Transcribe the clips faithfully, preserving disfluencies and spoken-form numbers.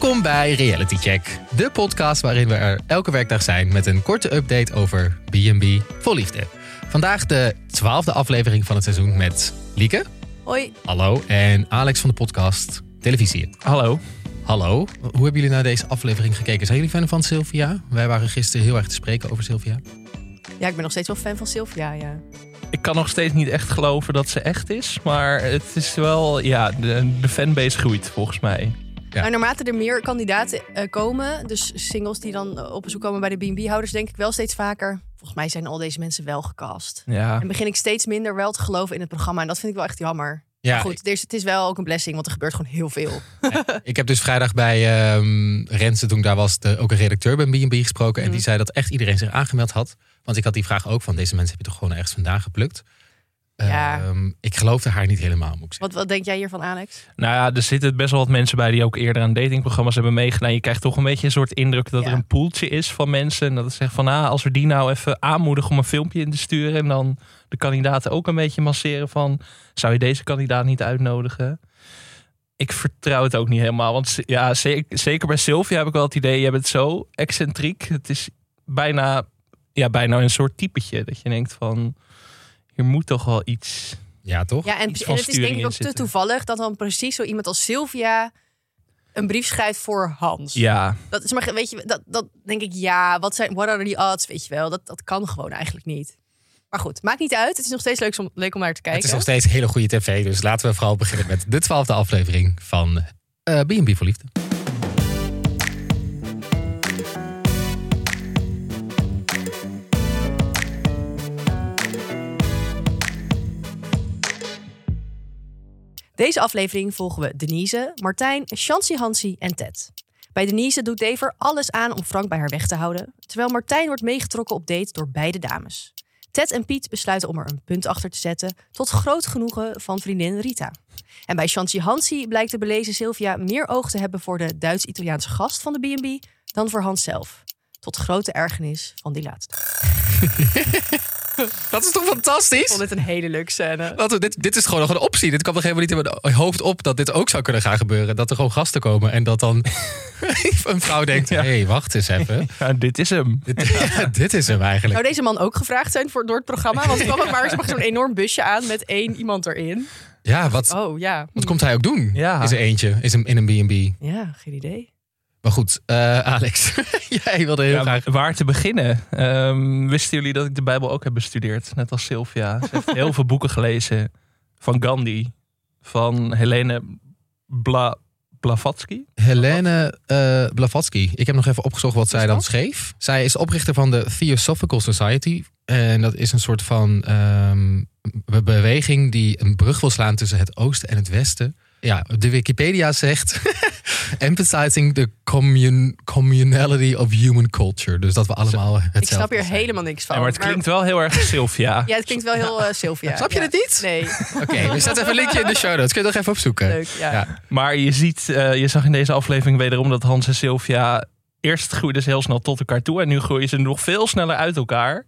Welkom bij Reality Check, de podcast waarin we er elke werkdag zijn met een korte update over B en B Vol Liefde. Vandaag de twaalfde aflevering van het seizoen met Lieke. Hoi. Hallo. En Alex van de podcast Televisie. Hallo. Hallo. Hoe hebben jullie naar deze aflevering gekeken? Zijn jullie fan van Sylvia? Wij waren gisteren heel erg te spreken over Sylvia. Ja, ik ben nog steeds wel fan van Sylvia, ja. Ik kan nog steeds niet echt geloven dat ze echt is. Maar het is wel, ja, de, de fanbase groeit volgens mij. Ja. Nou, naarmate er meer kandidaten uh, komen, dus singles die dan op bezoek komen bij de B en B-houders, denk ik wel steeds vaker, volgens mij zijn al deze mensen wel gecast. Ja. En begin ik steeds minder wel te geloven in het programma. En dat vind ik wel echt jammer. Ja, maar goed, dus het is wel ook een blessing, want er gebeurt gewoon heel veel. Ja, ik heb dus vrijdag bij um, Renze, toen daar was de, ook een redacteur bij B en B gesproken. En Mm. die zei dat echt iedereen zich aangemeld had. Want ik had die vraag ook van, deze mensen heb je toch gewoon ergens vandaan geplukt? Ja. Um, ik geloofde haar niet helemaal, moet ik zeggen. Wat, wat denk jij hiervan, Alex? Nou ja, er zitten best wel wat mensen bij die ook eerder aan datingprogramma's hebben meegedaan. Je krijgt toch een beetje een soort indruk dat Ja. er een poeltje is van mensen. En dat het zegt van, ah, als we die nou even aanmoedigen om een filmpje in te sturen. En dan de kandidaten ook een beetje masseren van, zou je deze kandidaat niet uitnodigen? Ik vertrouw het ook niet helemaal. Want ja, zeker, zeker bij Sylvia heb ik wel het idee, je bent zo excentriek. Het is bijna, ja, bijna een soort typetje. Dat je denkt van, hier moet toch wel iets... Ja, toch? Ja, en, Iets en van het is denk sturing ik in ook te zitten. toevallig dat dan precies zo iemand als Sylvia een brief schrijft voor Hans. Ja, Dat is maar, weet je, dat, dat denk ik, ja, wat zijn, what are the odds, weet je wel? Dat, dat kan gewoon eigenlijk niet. Maar goed, maakt niet uit. Het is nog steeds leuk om, leuk om naar te kijken. Het is nog steeds hele goede tv, dus laten we vooral beginnen met de twaalfde aflevering van uh, B en B Vol Liefde. Deze aflevering volgen we Denise, Martijn, Shansi, Hansi en Ted. Bij Denise doet Dave er alles aan om Frank bij haar weg te houden, terwijl Martijn wordt meegetrokken op date door beide dames. Ted en Piet besluiten om er een punt achter te zetten, tot groot genoegen van vriendin Rita. En bij Shansi Hansi blijkt de belezen Sylvia meer oog te hebben voor de Duits-Italiaanse gast van de B en B dan voor Hans zelf. Tot grote ergernis van die laatste. Dat is toch Ik fantastisch? vond dit een hele leuke scène. Want dit, dit is gewoon nog een optie. Dit kwam nog helemaal niet in mijn hoofd op dat dit ook zou kunnen gaan gebeuren. Dat er gewoon gasten komen en dat dan een vrouw denkt, hé, Ja. hey, wacht eens even. ja, dit is hem. Dit, ja, dit is hem eigenlijk. Zou deze man ook gevraagd zijn voor, door het programma? Want er kwam ook maar zo'n enorm busje aan met één iemand erin. Ja, wat, Oh ja. wat komt hij ook doen? Ja. Is er eentje? Is hem in een B en B? Ja, geen idee. Maar goed, uh, Alex, jij wilde heel Ja, graag... waar te beginnen? Um, wisten jullie dat ik de Bijbel ook heb bestudeerd? Net als Sylvia. Ze heeft heel veel boeken gelezen. Van Gandhi. Van Helene Bla, Blavatsky. Helene uh, Blavatsky. Ik heb nog even opgezocht wat zij Is dan dat? schreef. Zij is oprichter van de Theosophical Society. En dat is een soort van um, be- beweging die een brug wil slaan tussen het oosten en het westen. Ja, de Wikipedia zegt emphasizing the commun- communality of human culture. Dus dat we allemaal hetzelfde Ik snap hier zijn. helemaal niks van. Ja, maar het klinkt wel heel erg Sylvia. Ja, het klinkt wel heel uh, Sylvia. Snap je ja. het niet? Nee. Oké, we zetten even een linkje in de show notes. Kun je nog even opzoeken? Leuk, ja. Ja. Maar je ziet, uh, je zag in deze aflevering wederom dat Hans en Sylvia... Eerst groeiden ze heel snel tot elkaar toe. En nu groeien ze nog veel sneller uit elkaar.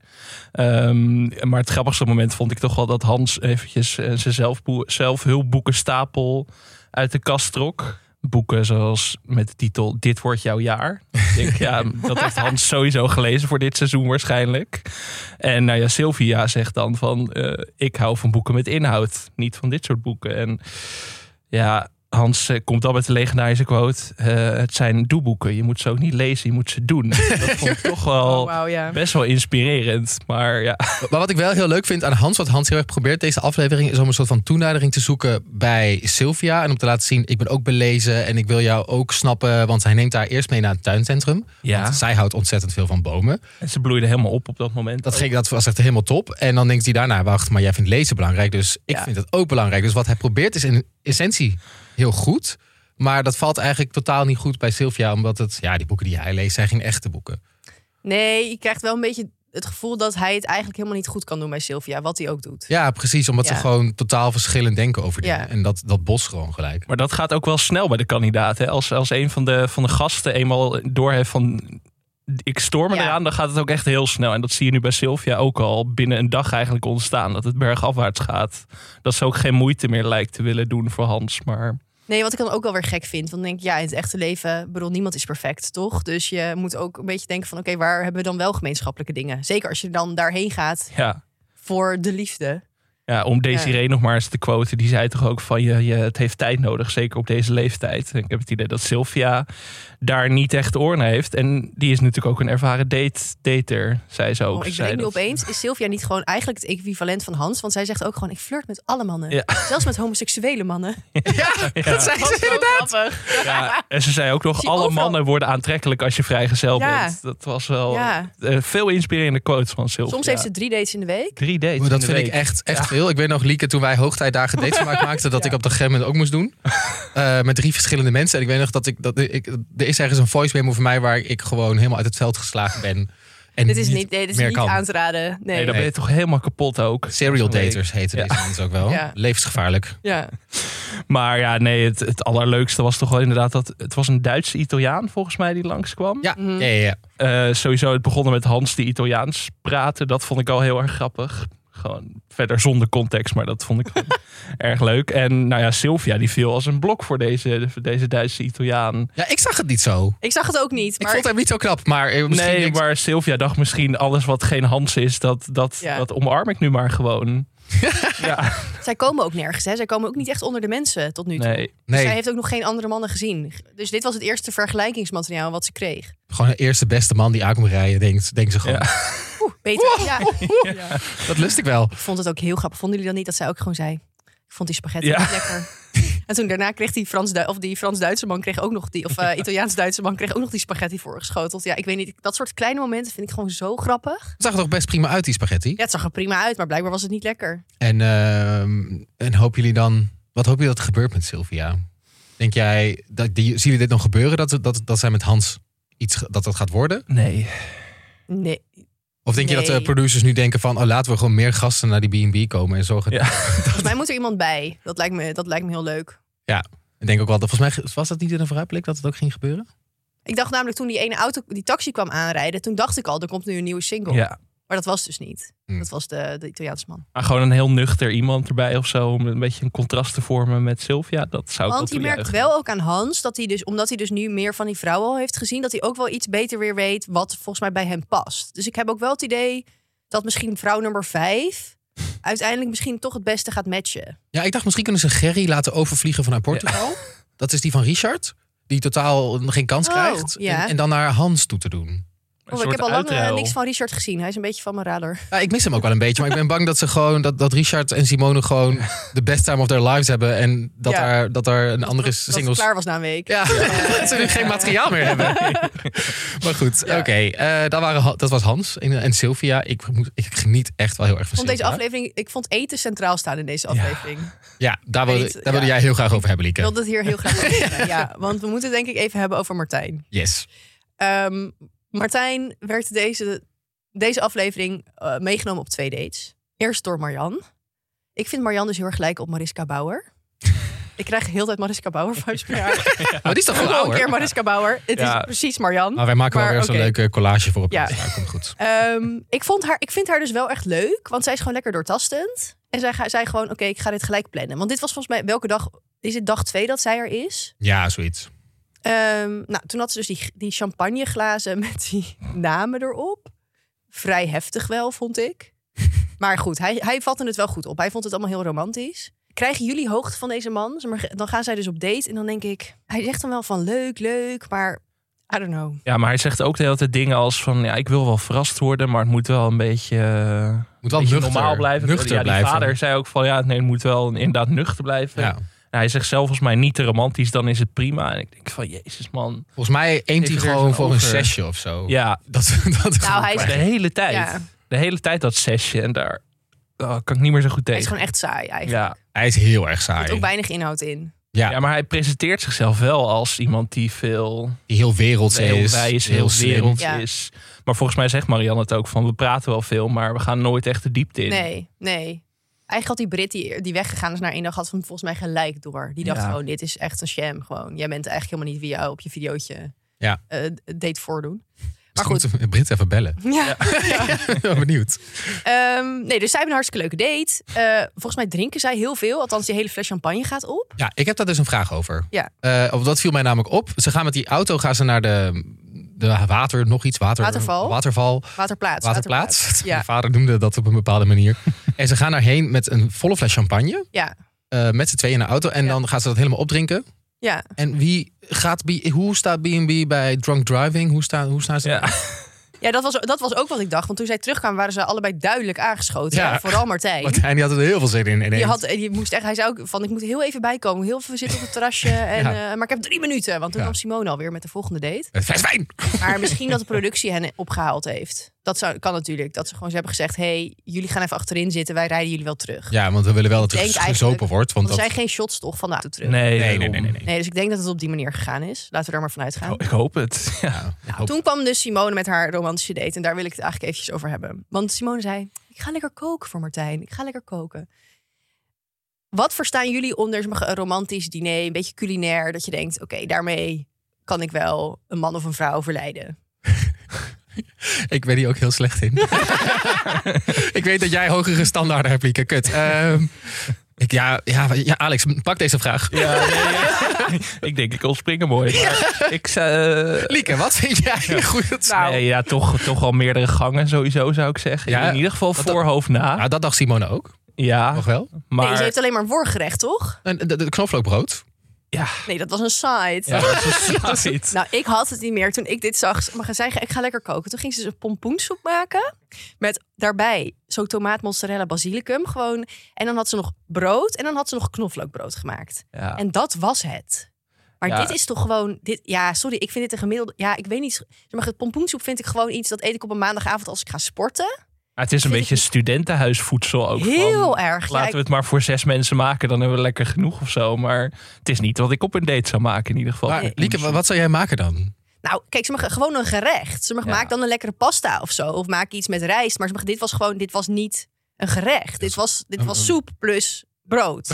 Um, maar het grappigste moment vond ik toch wel dat Hans eventjes uh, zijn zelfboe- zelfhulpboekenstapel uit de kast trok. Boeken zoals met de titel Dit wordt jouw jaar. Ik denk, ja, dat heeft Hans sowieso gelezen voor dit seizoen waarschijnlijk. En nou ja, Sylvia zegt dan van... Uh, ik hou van boeken met inhoud. Niet van dit soort boeken. En ja... Hans uh, komt dan met de legendarische quote. Uh, het zijn doeboeken. Je moet ze ook niet lezen, je moet ze doen. Dat vond ik toch wel Oh, wauw, ja. best wel inspirerend. Maar ja, Maar wat ik wel heel leuk vind aan Hans, wat Hans heel erg probeert deze aflevering, is om een soort van toenadering te zoeken bij Sylvia. En om te laten zien, ik ben ook belezen en ik wil jou ook snappen. Want hij neemt haar eerst mee naar het tuincentrum. ja. Want zij houdt ontzettend veel van bomen. En ze bloeide helemaal op op dat moment. Dat, ook. ging, dat was echt helemaal top. En dan denkt hij daarna, wacht, maar jij vindt lezen belangrijk. Dus ik Ja. vind het ook belangrijk. Dus wat hij probeert is in essentie heel goed. Maar dat valt eigenlijk totaal niet goed bij Sylvia. Omdat het, ja, die boeken die hij leest zijn geen echte boeken. Nee, je krijgt wel een beetje het gevoel dat hij het eigenlijk helemaal niet goed kan doen bij Sylvia. Wat hij ook doet. Ja, precies. Omdat Ja. ze gewoon totaal verschillend denken over dingen. Ja. En dat, dat bos gewoon gelijk. Maar dat gaat ook wel snel bij de kandidaten. Als, als een van de, van de gasten eenmaal doorheeft van... ik stoor me Ja. eraan, dan gaat het ook echt heel snel. En dat zie je nu bij Sylvia ook al binnen een dag eigenlijk ontstaan. Dat het bergafwaarts gaat. Dat ze ook geen moeite meer lijkt te willen doen voor Hans. Maar Nee, wat ik dan ook wel weer gek vind. Want dan denk ik, ja, in het echte leven, bedoel, niemand is perfect, toch? Dus je moet ook een beetje denken van, oké, okay, waar hebben we dan wel gemeenschappelijke dingen? Zeker als je dan daarheen gaat Ja. voor de liefde. Ja, om Desiree ja. nog maar eens te quoten. Die zei toch ook van, je, je, het heeft tijd nodig. Zeker op deze leeftijd. En ik heb het idee dat Sylvia daar niet echt oor naar heeft. En die is natuurlijk ook een ervaren date, dater, zei ze ook. Oh, ik zei denk nu dat... opeens, is Sylvia niet gewoon eigenlijk het equivalent van Hans? Want zij zegt ook gewoon, ik flirt met alle mannen. Ja. Zelfs met homoseksuele mannen. Ja, ja. dat zei ze inderdaad. Ja, en ze zei ook nog, alle overal... mannen worden aantrekkelijk als je vrijgezel ja. bent. Dat was wel ja. uh, veel inspirerende quotes van Sylvia. Soms heeft ze drie dates in de week. Drie dates oh, dat in de vind week. ik echt, echt ja. veel. Ik weet nog, Lieke, toen wij hoogtijdagen dates maakten, dat ja. ik op een gegeven moment ook moest doen. Uh, met drie verschillende mensen. En ik weet nog dat ik, dat ik, er is ergens een voice memo voor mij waar ik gewoon helemaal uit het veld geslagen ben. En dit is niet, niet, nee, dit is meer niet kan. aan te raden. Nee, nee dan nee. ben je toch helemaal kapot ook. Serial daters heten ja. deze mensen ook wel. Ja. Levensgevaarlijk. Ja. Maar ja, nee, het, het allerleukste was toch wel inderdaad dat het was een Duitse Italiaan volgens mij die langskwam. Ja, mm-hmm. ja, ja, ja. Uh, sowieso het begonnen met Hans die Italiaans praten. Dat vond ik al heel erg grappig. Gewoon verder zonder context, maar dat vond ik gewoon erg leuk. En nou ja, Sylvia die viel als een blok voor deze, deze Duitse Italiaan. Ja, ik zag het niet zo. Ik zag het ook niet. Maar... Ik vond hem niet zo knap, maar misschien nee, niks... maar Sylvia dacht misschien alles wat geen Hans is, dat, dat, ja. dat omarm ik nu maar gewoon. ja. Zij komen ook nergens, hè? Zij komen ook niet echt onder de mensen tot nu toe. Nee. Dus nee. zij heeft ook nog geen andere mannen gezien. Dus dit was het eerste vergelijkingsmateriaal wat ze kreeg. Gewoon de eerste beste man die aankomt rijden, denkt, denkt ze gewoon. Ja. Oeh, beter. Oeh, ja. ja. Dat lust ik wel. Ik vond het ook heel grappig. Vonden jullie dan niet dat zij ook gewoon zei... Ik vond die spaghetti ja. niet lekker. En toen daarna kreeg die Frans of die Frans-Duitse man kreeg ook nog die of uh, Italiaans-Duitse man kreeg ook nog die spaghetti voorgeschoteld. Ja, ik weet niet. Dat soort kleine momenten vind ik gewoon zo grappig. Het zag er toch best prima uit, die spaghetti? Ja, het zag er prima uit, maar blijkbaar was het niet lekker. En, uh, en hopen jullie dan? Wat hopen jullie dat er gebeurt met Sylvia? Denk jij dat die, zien jullie dit nog gebeuren? Dat dat dat zij met Hans iets dat dat gaat worden? Nee. Nee. Of denk nee. je dat de producers nu denken van... oh, laten we gewoon meer gasten naar die B en B komen en zorgen... Ja. Dat... Volgens mij moet er iemand bij. Dat lijkt me, dat lijkt me heel leuk. Ja, ik denk ook wel... Volgens mij was dat niet in een vooruitblik dat het ook ging gebeuren? Ik dacht namelijk toen die ene auto, die taxi kwam aanrijden... toen dacht ik al, er komt nu een nieuwe single. Ja. Maar dat was dus niet. Hmm. Dat was de, de Italiaanse man. Maar gewoon een heel nuchter iemand erbij of zo... om een beetje een contrast te vormen met Sylvia. Dat zou ik Want je merkt wel ook aan Hans... dat hij dus, omdat hij dus nu meer van die vrouw al heeft gezien... dat hij ook wel iets beter weer weet... wat volgens mij bij hem past. Dus ik heb ook wel het idee... dat misschien vrouw nummer vijf... uiteindelijk misschien toch het beste gaat matchen. Ja, ik dacht misschien kunnen ze Gerry laten overvliegen vanuit Portugal. Ja. Dat is die van Richard. Die totaal geen kans oh, krijgt. Ja. En, en dan naar Hans toe te doen. Oh, ik heb al lang uh, niks van Richard gezien. Hij is een beetje van mijn radar. Ja, ik mis hem ook wel een beetje. Maar ik ben bang dat ze gewoon dat, dat Richard en Simone gewoon de best time of their lives hebben. En dat, ja. er, dat er een dat, andere dat, singles... Dat het klaar was na een week. Ja, ja. Dat ze nu geen materiaal meer hebben. Maar goed, ja. oké. Okay. Uh, dat, waren, dat was Hans en, en Sylvia. Ik, ik geniet echt wel heel erg van vond Sylvia. Deze aflevering, ik vond eten centraal staan in deze aflevering. Ja, ja daar wilde, daar wilde ja. jij heel graag over hebben, Lieke. Ik wilde het hier heel graag over hebben. Ja, want we moeten het denk ik even hebben over Martijn. Yes. Um, Martijn werd deze, deze aflevering uh, meegenomen op twee dates. Eerst door Marjan. Ik vind Marjan dus heel erg lijken op Mariska Bauer. Ik krijg heel tijd Mariska Bauer vibes per jaar. Ja. Maar die is toch wel ouder? Een keer Mariska Bauer. Het ja. is precies Marjan. Maar wij maken maar, wel weer zo'n okay. leuke collage voor op. Ja. Ja, komt goed. Um, ik, vond haar, ik vind haar dus wel echt leuk. Want zij is gewoon lekker doortastend. En zij zei gewoon, oké, okay, ik ga dit gelijk plannen. Want dit was volgens mij, welke dag... Is het dag twee dat zij er is? Ja, zoiets. Um, nou, toen had ze dus die, die champagneglazen met die namen erop. Vrij heftig wel, vond ik. Maar goed, hij, hij vatte het wel goed op. Hij vond het allemaal heel romantisch. Krijgen jullie hoogte van deze man? Dan gaan zij dus op date en dan denk ik... Hij zegt dan wel van leuk, leuk, maar I don't know. Ja, maar hij zegt ook de hele tijd dingen als van... ja, ik wil wel verrast worden, maar het moet wel een beetje, uh, moet wel beetje nuchter, normaal blijven. Nuchter ja, die blijven. vader zei ook van ja, nee, het moet wel inderdaad nuchter blijven. Ja. Hij zegt zelf volgens mij niet te romantisch, dan is het prima. En ik denk van, jezus man. Volgens mij aimt hij gewoon voor over. een zesje of zo. Ja. Dat, dat nou, hij is de hele tijd. Ja. De hele tijd dat zesje. En daar oh, kan ik niet meer zo goed tegen. Hij is gewoon echt saai eigenlijk. Ja. Hij is heel erg saai. Er zit ook weinig inhoud in. Ja. ja, maar hij presenteert zichzelf wel als iemand die veel... Die heel werelds heel is. Wijs, heel, heel werelds ja. is. Maar volgens mij zegt Marianne het ook van... we praten wel veel, maar we gaan nooit echt de diepte in. Nee, nee. Eigenlijk had die Brit die, die weggegaan is naar één dag... had hem volgens mij gelijk door. Die dacht, ja. oh, dit is echt een sham gewoon. Jij bent eigenlijk helemaal niet wie jou op je videootje ja. uh, deed voordoen. Maar goed. Moeten Brit even bellen. Ja. ja. Ik ben benieuwd. Um, nee, dus zij hebben een hartstikke leuke date. Uh, volgens mij drinken zij heel veel. Althans, die hele fles champagne gaat op. Ja, ik heb daar dus een vraag over. Ja. Uh, of dat viel mij namelijk op. Ze gaan met die auto gaan ze naar de, de water, nog iets. Water, waterval. Waterval. Waterplaats. Waterplaats. Waterplaats. Ja. Mijn vader noemde dat op een bepaalde manier. En ze gaan daarheen met een volle fles champagne. Ja. Uh, met z'n tweeën in de auto. En ja. dan gaan ze dat helemaal opdrinken. Ja. En wie gaat B, hoe staat B en B bij drunk driving? Hoe, sta, hoe staan ze? Ja. Ja, dat was, dat was ook wat ik dacht. Want toen zij terugkwamen waren ze allebei duidelijk aangeschoten. Ja. Vooral Martijn. Martijn die had er heel veel zin in. Die had, die moest echt, hij zei ook van, ik moet heel even bijkomen. Heel veel zitten op het terrasje. En, ja. uh, maar ik heb drie minuten. Want toen ja. kwam Simone alweer met de volgende date. Het is fijn. Maar misschien dat de productie hen opgehaald heeft. Dat zou, kan natuurlijk. Dat ze gewoon ze hebben gezegd, hey, jullie gaan even achterin zitten. Wij rijden jullie wel terug. Ja, want we willen wel dat het gezopen wordt. Want, want er dat... zijn geen shots toch van de auto terug. Nee, nee, nee, nee, nee, nee. nee, dus ik denk dat het op die manier gegaan is. Laten we daar maar vanuit gaan. Oh, ik hoop het. Ja. Nou, ik hoop... Toen kwam dus Simone met haar romantische date. En daar wil ik het eigenlijk eventjes over hebben. Want Simone zei, ik ga lekker koken voor Martijn. Ik ga lekker koken. Wat verstaan jullie onder een romantisch diner? Een beetje culinair. Dat je denkt, oké, okay, daarmee kan ik wel een man of een vrouw verleiden. Ik ben hier ook heel slecht in. Ik weet dat jij hogere standaarden hebt, Lieke. Kut. Um, ik, ja, ja, ja, Alex, pak deze vraag. Ja, nee, ja. Ik denk, ik kon springen mooi. Maar ik, uh... Lieke, wat vind jij ja. goed? Nou. Nee, ja, toch, toch al meerdere gangen sowieso, zou ik zeggen. Ja, in ieder geval voorhoofd na. Ja, dat dacht Simone ook. Ja. Nog wel? Maar... Nee, ze heeft alleen maar een worgerecht, toch? De, de, de knoflookbrood. Ja. Nee, dat was een side. Ja, dat was een side. Nou, ik had het niet meer toen ik dit zag. Maar zei, ik ga lekker koken. Toen ging ze een pompoensoep maken. Met daarbij zo tomaat, mozzarella, basilicum. Gewoon. En dan had ze nog brood. En dan had ze nog knoflookbrood gemaakt. Ja. En dat was het. Maar ja. dit is toch gewoon... Dit, ja, sorry, ik vind dit een gemiddelde... Ja, ik weet niet. Maar het pompoensoep vind ik gewoon iets... Dat eet ik op een maandagavond als ik ga sporten. Maar het is een beetje studentenhuisvoedsel ook. Heel van, erg. Laten ja, we het maar voor zes mensen maken. Dan hebben we lekker genoeg of zo. Maar het is niet wat ik op een date zou maken in ieder geval. Maar, Lieke, wat zou jij maken dan? Nou, kijk, ze mag gewoon een gerecht. Ze mag ja. maak dan een lekkere pasta of zo. Of maak iets met rijst. Maar ze mag, dit was gewoon... Dit was niet een gerecht. Dit was, dit was soep plus brood.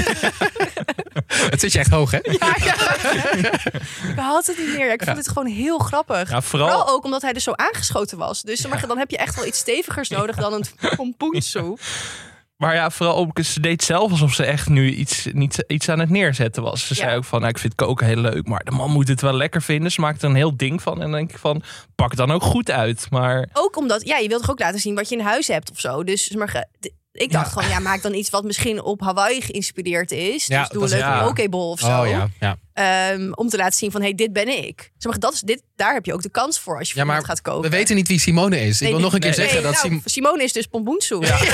Het zit je echt hoog, hè? Ja, ja. Ik had het niet meer. Ik vond ja. het gewoon heel grappig. Ja, vooral... vooral ook omdat hij dus zo aangeschoten was. Dus ja. dan heb je echt wel iets stevigers nodig dan een pompoensoep. Maar ja, vooral ook, ze deed zelf alsof ze echt nu iets, niet, iets aan het neerzetten was. Ze ja. zei ook van, nou, ik vind koken heel leuk, maar de man moet het wel lekker vinden. Ze maakt er een heel ding van. En dan denk ik van, pak het dan ook goed uit. Maar... Ook omdat, ja, je wilt toch ook laten zien wat je in huis hebt of zo. Dus maar, ik dacht ja. gewoon, ja, maak dan iets wat misschien op Hawaii geïnspireerd is. Ja, dus doe een leuke ja. pokeball of zo. Oh, ja, ja. Um, om te laten zien van, hey, dit ben ik. Zeg maar, dat is, dit, daar heb je ook de kans voor als je ja, maar gaat koken. We weten niet wie Simone is. Nee, ik wil nog een keer nee, zeggen nee, dat... Nou, Sim- Simone is dus pompoensoep. Ja.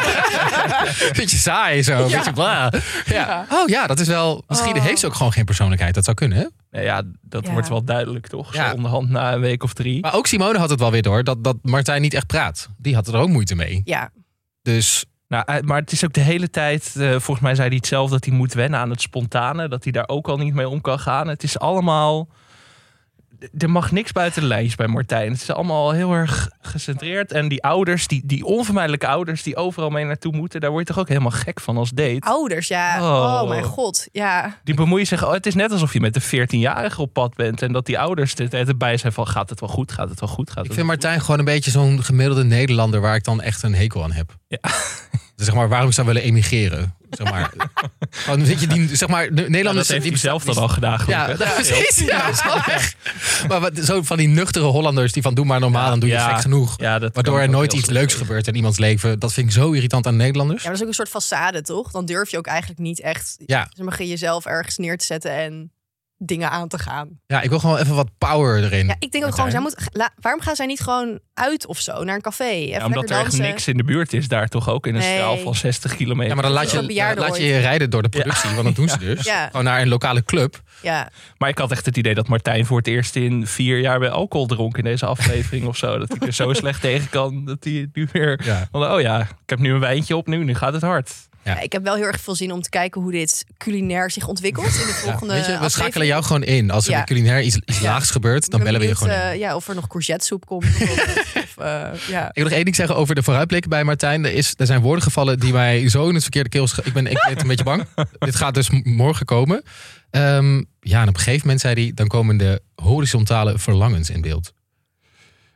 Beetje saai zo, ja. beetje bla. Ja. Oh ja, dat is wel... Misschien oh. heeft ze ook gewoon geen persoonlijkheid. Dat zou kunnen, hè? Nee, ja, dat ja. wordt wel duidelijk, toch? Ja. Zo onderhand na een week of drie. Maar ook Simone had het wel weer door dat, dat Martijn niet echt praat. Die had er ook moeite mee. Ja. Dus... Nou, maar het is ook de hele tijd, uh, volgens mij zei hij het zelf, dat hij moet wennen aan het spontane. Dat hij daar ook al niet mee om kan gaan. Het is allemaal... Er mag niks buiten de lijntjes bij Martijn. Het is allemaal heel erg gecentreerd. En die ouders, die, die onvermijdelijke ouders die overal mee naartoe moeten, daar word je toch ook helemaal gek van als date. Ouders, ja. Oh, oh mijn god, ja. Die bemoeien zich. Oh, het is net alsof je met een veertienjarige op pad bent. En dat die ouders er erbij zijn van, gaat het wel goed, gaat het wel goed, gaat het Ik vind Martijn gewoon een beetje zo'n gemiddelde Nederlander waar ik dan echt een hekel aan heb. Ja. Dus zeg maar, waarom zou willen emigreren? Zeg maar, gewoon, weet je, die, zeg maar, Nederlanders... Ja, dat heeft hij zelf dan al gedaan. Ja, ja, precies. Ja, ja, ja. Maar wat, zo van die nuchtere Hollanders die van doe maar normaal, ja, dan doe je ja, gek genoeg. Ja, waardoor er nooit iets leuks zijn. gebeurt in iemands leven. Dat vind ik zo irritant aan Nederlanders. Ja, maar dat is ook een soort façade, toch? Dan durf je ook eigenlijk niet echt ja. jezelf ergens neer te zetten en dingen aan te gaan. Ja, ik wil gewoon even wat power erin. Ja, ik denk ook gewoon, zij moet, la, waarom gaan zij niet gewoon uit of zo, naar een café? Even ja, omdat er dansen. echt niks in de buurt is daar toch ook in een nee. straal van zestig kilometer. Ja, maar dan laat je, dan laat je je rijden door de productie, ja. want dat doen ze dus. Ja. Gewoon naar een lokale club. Ja. Maar ik had echt het idee dat Martijn voor het eerst in vier jaar bij alcohol dronk in deze aflevering of zo. Dat hij er zo slecht tegen kan, dat hij nu weer... Ja. Oh ja, ik heb nu een wijntje op, nu, nu gaat het hard. Ja. Ik heb wel heel erg veel zin om te kijken hoe dit culinair zich ontwikkelt in de volgende ja, weet je, we schakelen jou jou gewoon in. Als er ja. culinair iets, iets ja. laags gebeurt, dan bellen we je gewoon uh, in. Ja, of er nog courgettesoep komt. of, uh, ja. Ik wil nog één ding zeggen over de vooruitblikken bij Martijn. Er, is, er zijn woorden gevallen die mij zo in het verkeerde keel... Ik ben, ik ben een beetje bang. Dit gaat dus morgen komen. Um, ja, en op een gegeven moment zei hij... dan komen de horizontale verlangens in beeld.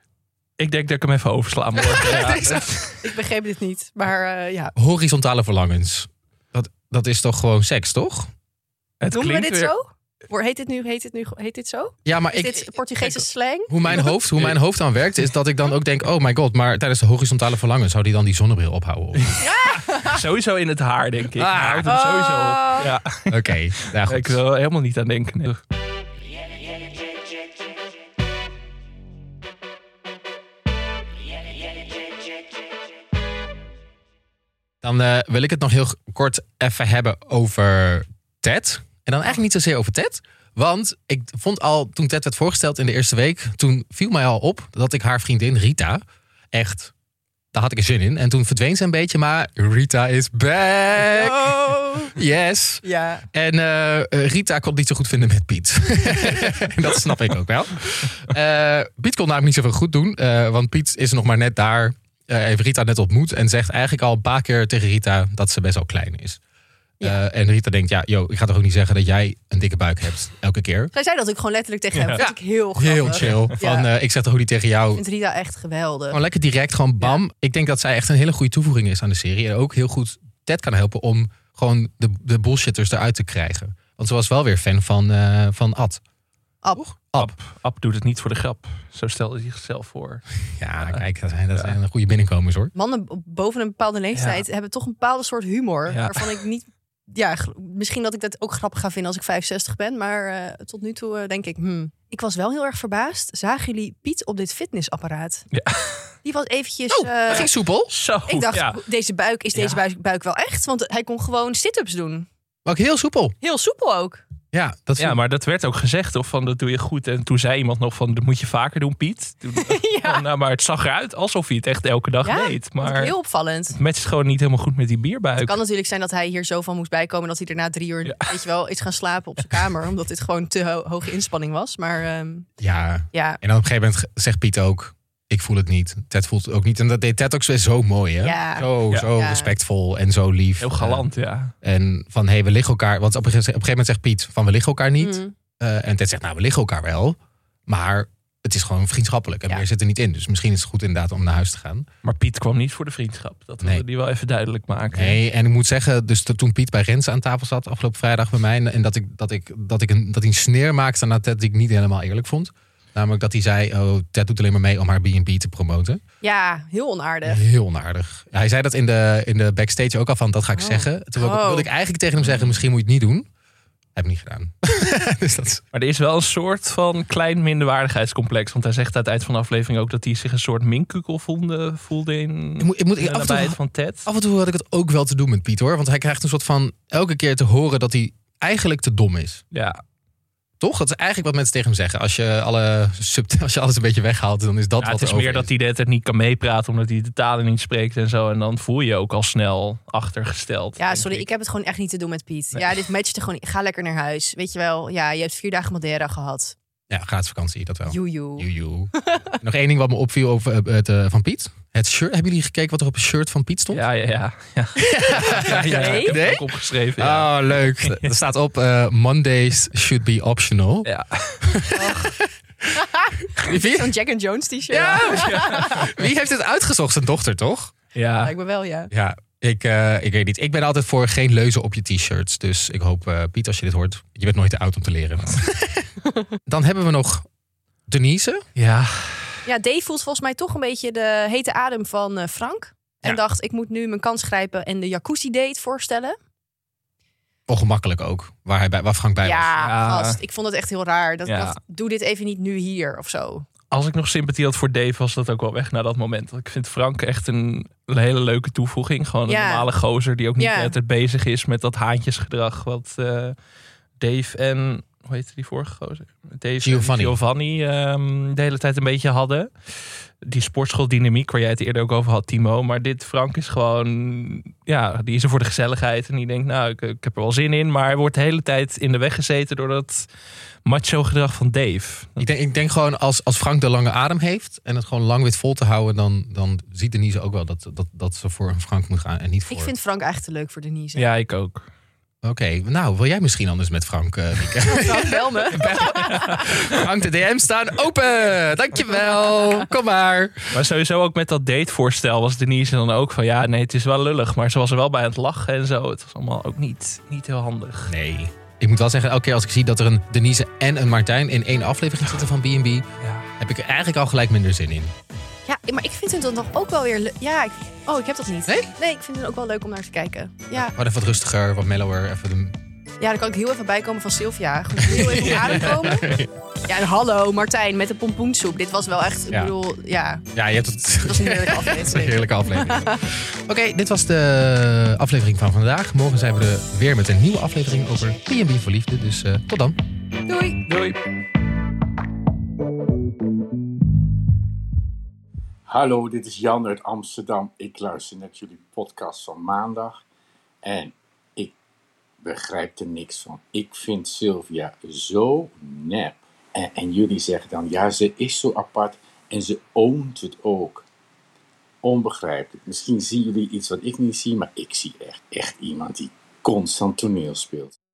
Ik denk dat ik hem even oversla morgen. Ja. Ik begreep dit niet, maar uh, ja. Horizontale verlangens. Dat, dat is toch gewoon seks, toch? Het Doen we dit weer... zo? Heet dit nu, heet dit nu, heet dit zo? Ja, maar is ik, dit Portugese slang? Hoe mijn, hoofd, hoe mijn hoofd dan werkt, is dat ik dan ook denk... oh my god, maar tijdens de horizontale verlangens... zou die dan die zonnebril ophouden? Of... Ja. Sowieso in het haar, denk ik. Ah. Hij houdt hem sowieso op. Ja. Oké, okay, ja, goed. Ik wil er helemaal niet aan denken. Nee. Dan uh, wil ik het nog heel kort even hebben over Ted. En dan eigenlijk niet zozeer over Ted. Want ik vond al, toen Ted werd voorgesteld in de eerste week... toen viel mij al op dat ik haar vriendin Rita... echt, daar had ik er zin in. En toen verdween ze een beetje, maar Rita is back. Oh. Yes. Ja. En uh, Rita kon het niet zo goed vinden met Piet. En dat snap ik ook wel. Uh, Piet kon namelijk niet zoveel goed doen. Uh, want Piet is nog maar net daar... Uh, heeft Rita net ontmoet en zegt eigenlijk al een paar keer tegen Rita dat ze best wel klein is. Ja. Uh, en Rita denkt, ja, yo, ik ga toch ook niet zeggen dat jij een dikke buik hebt elke keer. Zij zei dat ook gewoon letterlijk tegen hem. Ja. Dat vind ik heel grappig. Heel chill. Van, ja. uh, ik zeg toch ook niet tegen jou. Ik vind Rita echt geweldig. Gewoon lekker direct, gewoon bam. Ja. Ik denk dat zij echt een hele goede toevoeging is aan de serie. En ook heel goed Ted kan helpen om gewoon de, de bullshitters eruit te krijgen. Want ze was wel weer fan van, uh, van Ad. Ab. Ab. Ab doet het niet voor de grap. Zo stelde hij zichzelf voor. Ja, kijk, dat zijn, dat zijn ja. goede binnenkomers hoor. Mannen boven een bepaalde leeftijd ja. hebben toch een bepaalde soort humor. Ja. Waarvan ik niet... Ja, misschien dat ik dat ook grappig ga vinden als ik vijfenzestig ben. Maar uh, tot nu toe uh, denk ik... Hmm. Ik was wel heel erg verbaasd. Zagen jullie Piet op dit fitnessapparaat? Ja. Die was eventjes... Oh, uh, ging soepel. Zo, ik dacht, ja. deze buik, is deze ja. buik, buik wel echt? Want hij kon gewoon sit-ups doen. Ook heel soepel. Heel soepel ook. Ja, dat ja, maar dat werd ook gezegd, of van dat doe je goed. En toen zei iemand nog van, dat moet je vaker doen, Piet. Toen, ja. van, nou, maar het zag eruit alsof hij het echt elke dag ja, deed. Maar heel opvallend. Het matcht gewoon niet helemaal goed met die bierbuik. Het kan natuurlijk zijn dat hij hier zo van moest bijkomen dat hij er na drie uur, ja. weet je wel, iets gaan slapen op zijn kamer. Omdat dit gewoon te ho- hoge inspanning was. Maar um, ja. ja. En dan op een gegeven moment zegt Piet ook, ik voel het niet. Ted voelt het ook niet. En dat deed Ted ook zo, zo mooi, hè? Ja. Zo, ja. zo ja. respectvol en zo lief. Heel galant, uh, ja. En van, hé, hey, we liggen elkaar... Want op een gegeven moment zegt Piet van, we liggen elkaar niet. Mm. Uh, en Ted zegt, nou, we liggen elkaar wel. Maar het is gewoon vriendschappelijk. En ja. meer zit er niet in. Dus misschien is het goed inderdaad om naar huis te gaan. Maar Piet kwam niet voor de vriendschap. Dat wilde nee. die wel even duidelijk maken. Nee, en ik moet zeggen, dus toen Piet bij Renze aan tafel zat afgelopen vrijdag bij mij... en dat ik, dat ik, dat ik een, dat hij een sneer maakte naar Ted die ik niet helemaal eerlijk vond... Namelijk dat hij zei, oh, Ted doet alleen maar mee om haar B en B te promoten. Ja, heel onaardig. Heel onaardig. Ja, hij zei dat in de, in de backstage ook al van, dat ga ik oh. zeggen. Toen oh. wilde ik eigenlijk tegen hem zeggen, misschien moet je het niet doen. Heb ik niet gedaan. Dus dat is... Maar er is wel een soort van klein minderwaardigheidscomplex. Want hij zegt aan het eind van de aflevering ook dat hij zich een soort minkukel voelde, voelde in ik moet, ik moet, de nabijheid van Ted. Af en toe had ik het ook wel te doen met Piet hoor. Want hij krijgt een soort van elke keer te horen dat hij eigenlijk te dom is. Ja. Toch? Dat is eigenlijk wat mensen tegen hem zeggen. Als je, alle sub, als je alles een beetje weghaalt, dan is dat ja, wat het is er meer is. dat hij het niet kan meepraten, omdat hij de talen niet spreekt en zo. En dan voel je je ook al snel achtergesteld. Ja, sorry, ik. ik heb het gewoon echt niet te doen met Piet. Nee. Ja, dit matchte gewoon. Ga lekker naar huis. Weet je wel, ja, je hebt vier dagen Madeira gehad. Ja, gratis vakantie, dat wel. Joejoe. Joejoe. Nog één ding wat me opviel over het uh, van Piet. Het shirt. Hebben jullie gekeken wat er op het shirt van Piet stond? Ja, ja, ja. ja. ja, ja, ja. Nee? Ik heb het ook opgeschreven. Ja. Oh, leuk. Ja. Er staat op uh, Mondays should be optional. Ja. Zo'n Jack and Jones t-shirt. Ja. Ja. Wie heeft dit uitgezocht? Zijn dochter, toch? Ja. Lijkt me wel, ja. Ja. Ik, uh, ik weet niet. Ik ben altijd voor geen leuzen op je t-shirts. Dus ik hoop, uh, Piet, als je dit hoort, je bent nooit te oud om te leren. Dan hebben we nog Denise. Ja. Ja, Dave voelt volgens mij toch een beetje de hete adem van uh, Frank. En ja. dacht, ik moet nu mijn kans grijpen en de jacuzzi date voorstellen. Ongemakkelijk ook, waar, hij bij, waar Frank bij ja, was. Ja, gast. Ik vond het echt heel raar. Dat, ja. dacht, doe dit even niet nu hier of zo. Als ik nog sympathie had voor Dave, was dat ook wel weg na dat moment. Ik vind Frank echt een hele leuke toevoeging. Gewoon een ja. normale gozer die ook niet ja. altijd bezig is met dat haantjesgedrag. Wat uh, Dave en... Hoe heette die vorige gozer? Dave Giovanni. en Giovanni um, de hele tijd een beetje hadden. Die sportschool-dynamiek waar jij het eerder ook over had, Timo. Maar dit Frank is gewoon... Ja, die is er voor de gezelligheid. En die denkt, nou, ik, ik heb er wel zin in. Maar hij wordt de hele tijd in de weg gezeten door dat macho gedrag van Dave. Ik denk, ik denk gewoon, als, als Frank de lange adem heeft... en het gewoon lang weet vol te houden... dan, dan ziet Denise ook wel dat, dat, dat ze voor Frank moet gaan en niet voor... Ik vind Frank echt te leuk voor Denise. Ja, ik ook. Oké, okay. Nou, wil jij misschien anders met Frank, uh, Mieke? Frank, bel me. Frank, de D M's staan open. Dankjewel. Kom maar. Maar sowieso ook met dat datevoorstel was Denise dan ook van... ja, nee, het is wel lullig, maar ze was er wel bij aan het lachen en zo. Het was allemaal ook niet, niet heel handig. Nee. Ik moet wel zeggen, elke keer als ik zie dat er een Denise en een Martijn... in één aflevering zitten van B en B... Ja. heb ik er eigenlijk al gelijk minder zin in. Ja, maar ik vind het dan nog ook wel weer leuk. Ja, ik... oh, ik heb dat niet. Nee? Nee, ik vind het ook wel leuk om naar te kijken. Ja. Oh, even wat rustiger, wat mellower. Even de... Ja, dan kan ik heel even bijkomen van Sylvia. Gewoon heel even op adem komen. Ja, en hallo Martijn met de pompoensoep. Dit was wel echt, ik ja. bedoel, ja. Ja, je hebt het... Dat was een heerlijke aflevering. een heerlijke aflevering. Oké, okay, dit was de aflevering van vandaag. Morgen zijn we er weer met een nieuwe aflevering over B en B voor liefde. Dus uh, tot dan. Doei. Doei. Hallo, dit is Jan uit Amsterdam. Ik luister net jullie podcast van maandag. En ik begrijp er niks van. Ik vind Sylvia zo nep. En, en jullie zeggen dan, ja, ze is zo apart en ze oont het ook. Onbegrijpelijk. Misschien zien jullie iets wat ik niet zie, maar ik zie echt, echt iemand die constant toneel speelt.